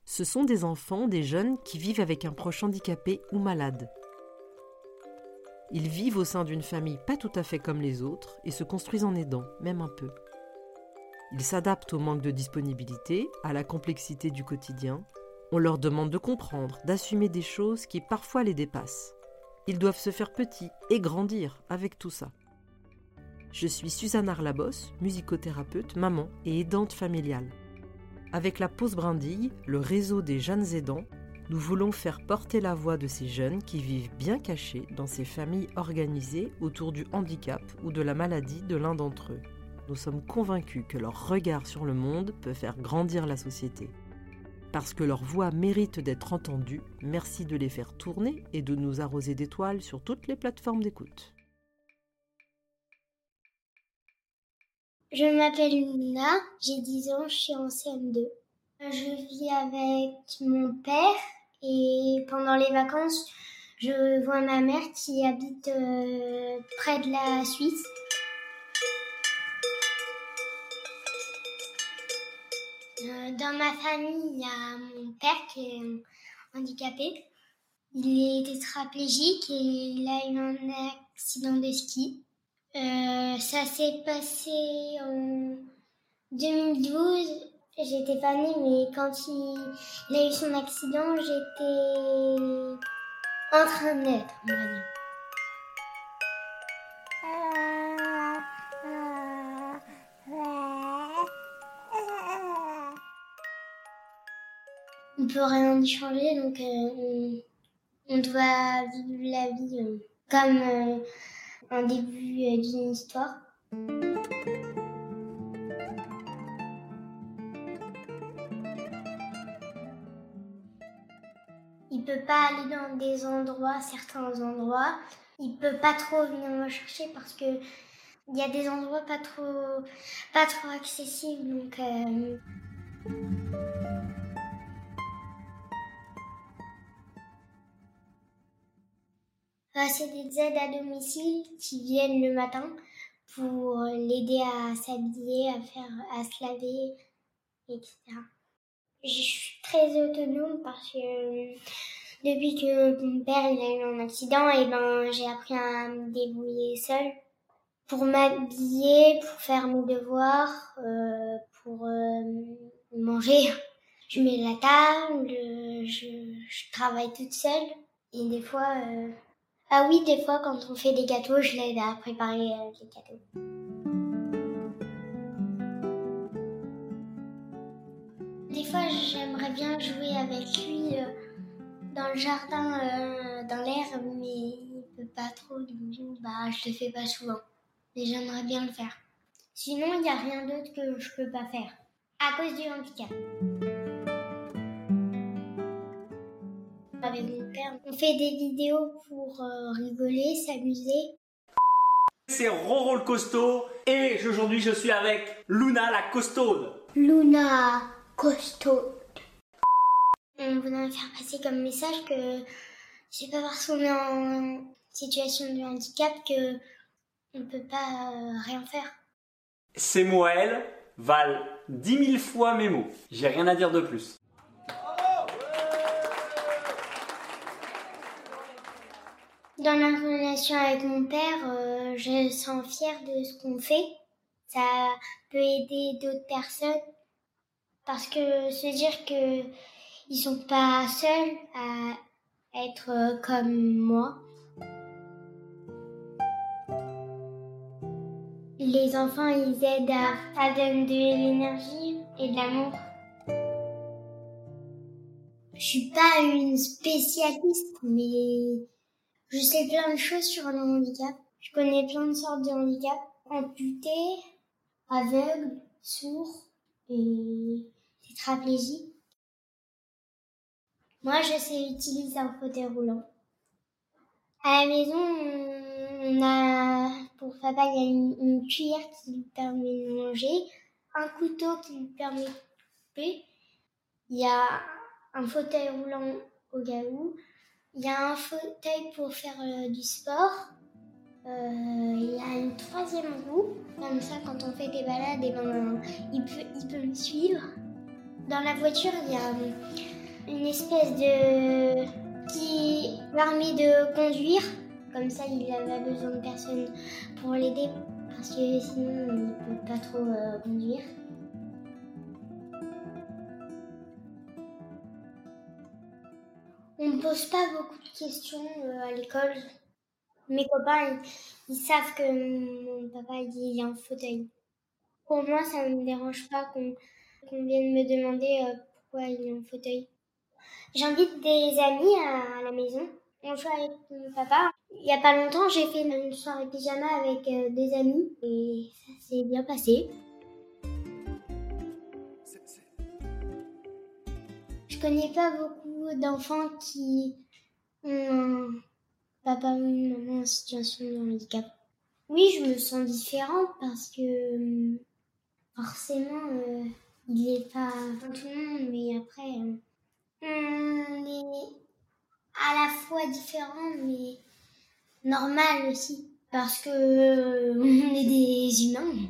Ce sont des enfants, des jeunes qui vivent avec un proche handicapé ou malade. Ils vivent au sein d'une famille pas tout à fait comme les autres et se construisent en aidant, même un peu. Ils s'adaptent au manque de disponibilité, à la complexité du quotidien. On leur demande de comprendre, d'assumer des choses qui parfois les dépassent. Ils doivent se faire petits et grandir avec tout ça. Je suis Suzanne Arlabos, musicothérapeute, maman et aidante familiale. Avec la Pause Brindille, le réseau des jeunes aidants, nous voulons faire porter la voix de ces jeunes qui vivent bien cachés dans ces familles organisées autour du handicap ou de la maladie de l'un d'entre eux. Nous sommes convaincus que leur regard sur le monde peut faire grandir la société. Parce que leur voix mérite d'être entendue, merci de les faire tourner et de nous arroser d'étoiles sur toutes les plateformes d'écoute. Je m'appelle Luna, j'ai 10 ans, je suis en CM2. Je vis avec mon père et pendant les vacances, je vois ma mère qui habite près de la Suisse. Dans ma famille, il y a mon père qui est handicapé. Il est tétraplégique et il a eu un accident de ski. Ça s'est passé en 2012. J'étais pas née, mais quand il a eu son accident, j'étais en train de naître, on va dire. On peut rien y changer, donc on doit vivre la vie comme un début d'une histoire. Il peut pas aller dans des endroits, certains endroits. Il peut pas trop venir me chercher parce que il y a des endroits pas trop accessibles, donc. C'est des aides à domicile qui viennent le matin pour l'aider à s'habiller, à se laver, etc. Je suis très autonome parce que depuis que mon père il a eu un accident, j'ai appris à me débrouiller seule pour m'habiller, pour faire mes devoirs, pour manger. Je mets la table, je travaille toute seule et des fois. Ah oui, des fois, quand on fait des gâteaux, je l'aide à préparer les gâteaux. Des fois, j'aimerais bien jouer avec lui dans le jardin, dans l'herbe, mais il peut pas trop, donc je le fais pas souvent. Mais j'aimerais bien le faire. Sinon, il n'y a rien d'autre que je peux pas faire, à cause du handicap. Avec mon père, on fait des vidéos pour rigoler, s'amuser. C'est Roro le costaud et aujourd'hui je suis avec Luna la costaude. Luna costaude. On voudrait faire passer comme message que c'est pas parce qu'on est en situation de handicap que on peut pas rien faire. Ces mots à elle valent 10 000 fois mes mots. J'ai rien à dire de plus. Dans la relation avec mon père, je me sens fière de ce qu'on fait. Ça peut aider d'autres personnes parce que se dire que ils sont pas seuls à être comme moi. Les enfants, ils aident à donner de l'énergie et de l'amour. Je suis pas une spécialiste, mais je sais plein de choses sur le handicap. Je connais plein de sortes de handicap. Amputé, aveugle, sourd et tétraplégique. Moi, je sais utiliser un fauteuil roulant. À la maison, pour papa, il y a une cuillère qui lui permet de manger, un couteau qui lui permet de couper. Il y a un fauteuil roulant au cas où. Il y a un fauteuil pour faire du sport. Il y a une troisième roue. Comme ça, quand on fait des balades, il peut me suivre. Dans la voiture, il y a une espèce de... qui permet de conduire. Comme ça, il avait besoin de personne pour l'aider parce que sinon, il ne peut pas trop conduire. On ne me pose pas beaucoup de questions à l'école. Mes copains, ils savent que mon papa il a un fauteuil. Pour moi, ça ne me dérange pas qu'on vienne me demander pourquoi il a un fauteuil. J'invite des amis à la maison. On joue avec mon papa. Il n'y a pas longtemps, j'ai fait une soirée pyjama avec des amis et ça s'est bien passé. Je connais pas beaucoup d'enfants qui ont un papa ou une maman en situation de handicap. Oui, je me sens différente parce que forcément, il n'est pas comme tout le monde, mais après, on est à la fois différent, mais normal aussi, parce que on est des humains.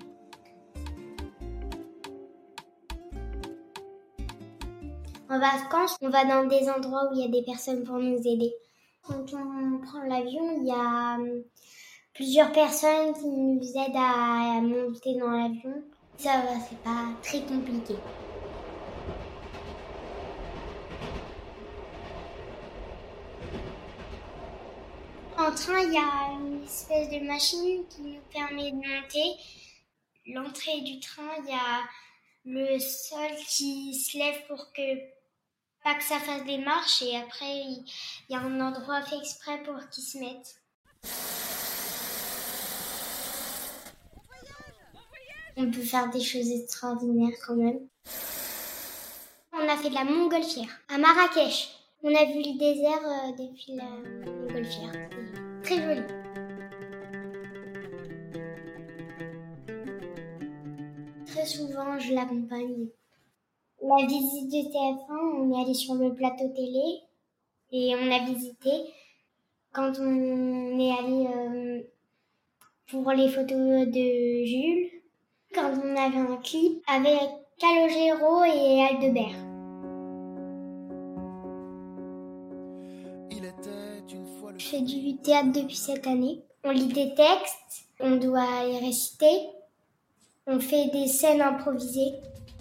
En vacances, on va dans des endroits où il y a des personnes pour nous aider. Quand on prend l'avion, il y a plusieurs personnes qui nous aident à monter dans l'avion. Ça va, c'est pas très compliqué. En train, il y a une espèce de machine qui nous permet de monter. L'entrée du train, il y a le sol qui se lève pour que pas que ça fasse des marches et après il y a un endroit fait exprès pour qu'ils se mettent. On peut faire des choses extraordinaires quand même. On a fait de la montgolfière à Marrakech. On a vu le désert depuis la montgolfière. C'est très joli. Très souvent, je l'accompagne. La visite de TF1, on est allé sur le plateau télé et on a visité. Quand on est allé pour les photos de Jules, quand on avait un clip avec Calogero et Aldebert. Je fais du théâtre depuis cette année. On lit des textes, on doit les réciter, on fait des scènes improvisées.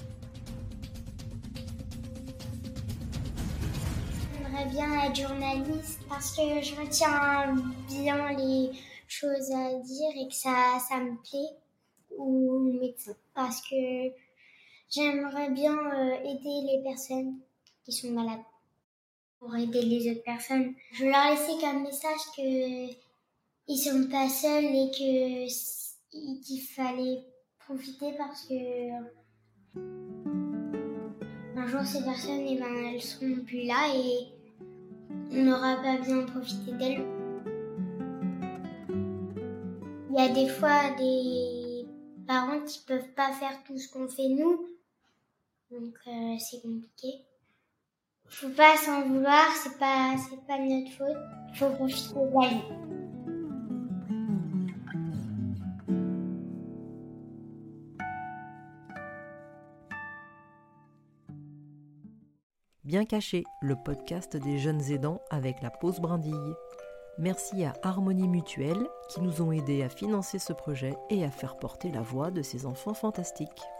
J'aimerais bien être journaliste parce que je retiens bien les choses à dire et que ça me plaît. Ou médecin parce que j'aimerais bien aider les personnes qui sont malades pour aider les autres personnes. Je veux leur laisser comme message que ils sont pas seuls et qu'il fallait profiter parce que un jour ces personnes elles seront plus là et on n'aura pas bien profité d'elles. Il y a des fois des parents qui peuvent pas faire tout ce qu'on fait nous, donc c'est compliqué. Faut pas s'en vouloir, c'est pas de notre faute. Faut profiter de la vie. Bien caché, le podcast des jeunes aidants avec la pause brindille. Merci à Harmonie Mutuelle qui nous ont aidés à financer ce projet et à faire porter la voix de ces enfants fantastiques.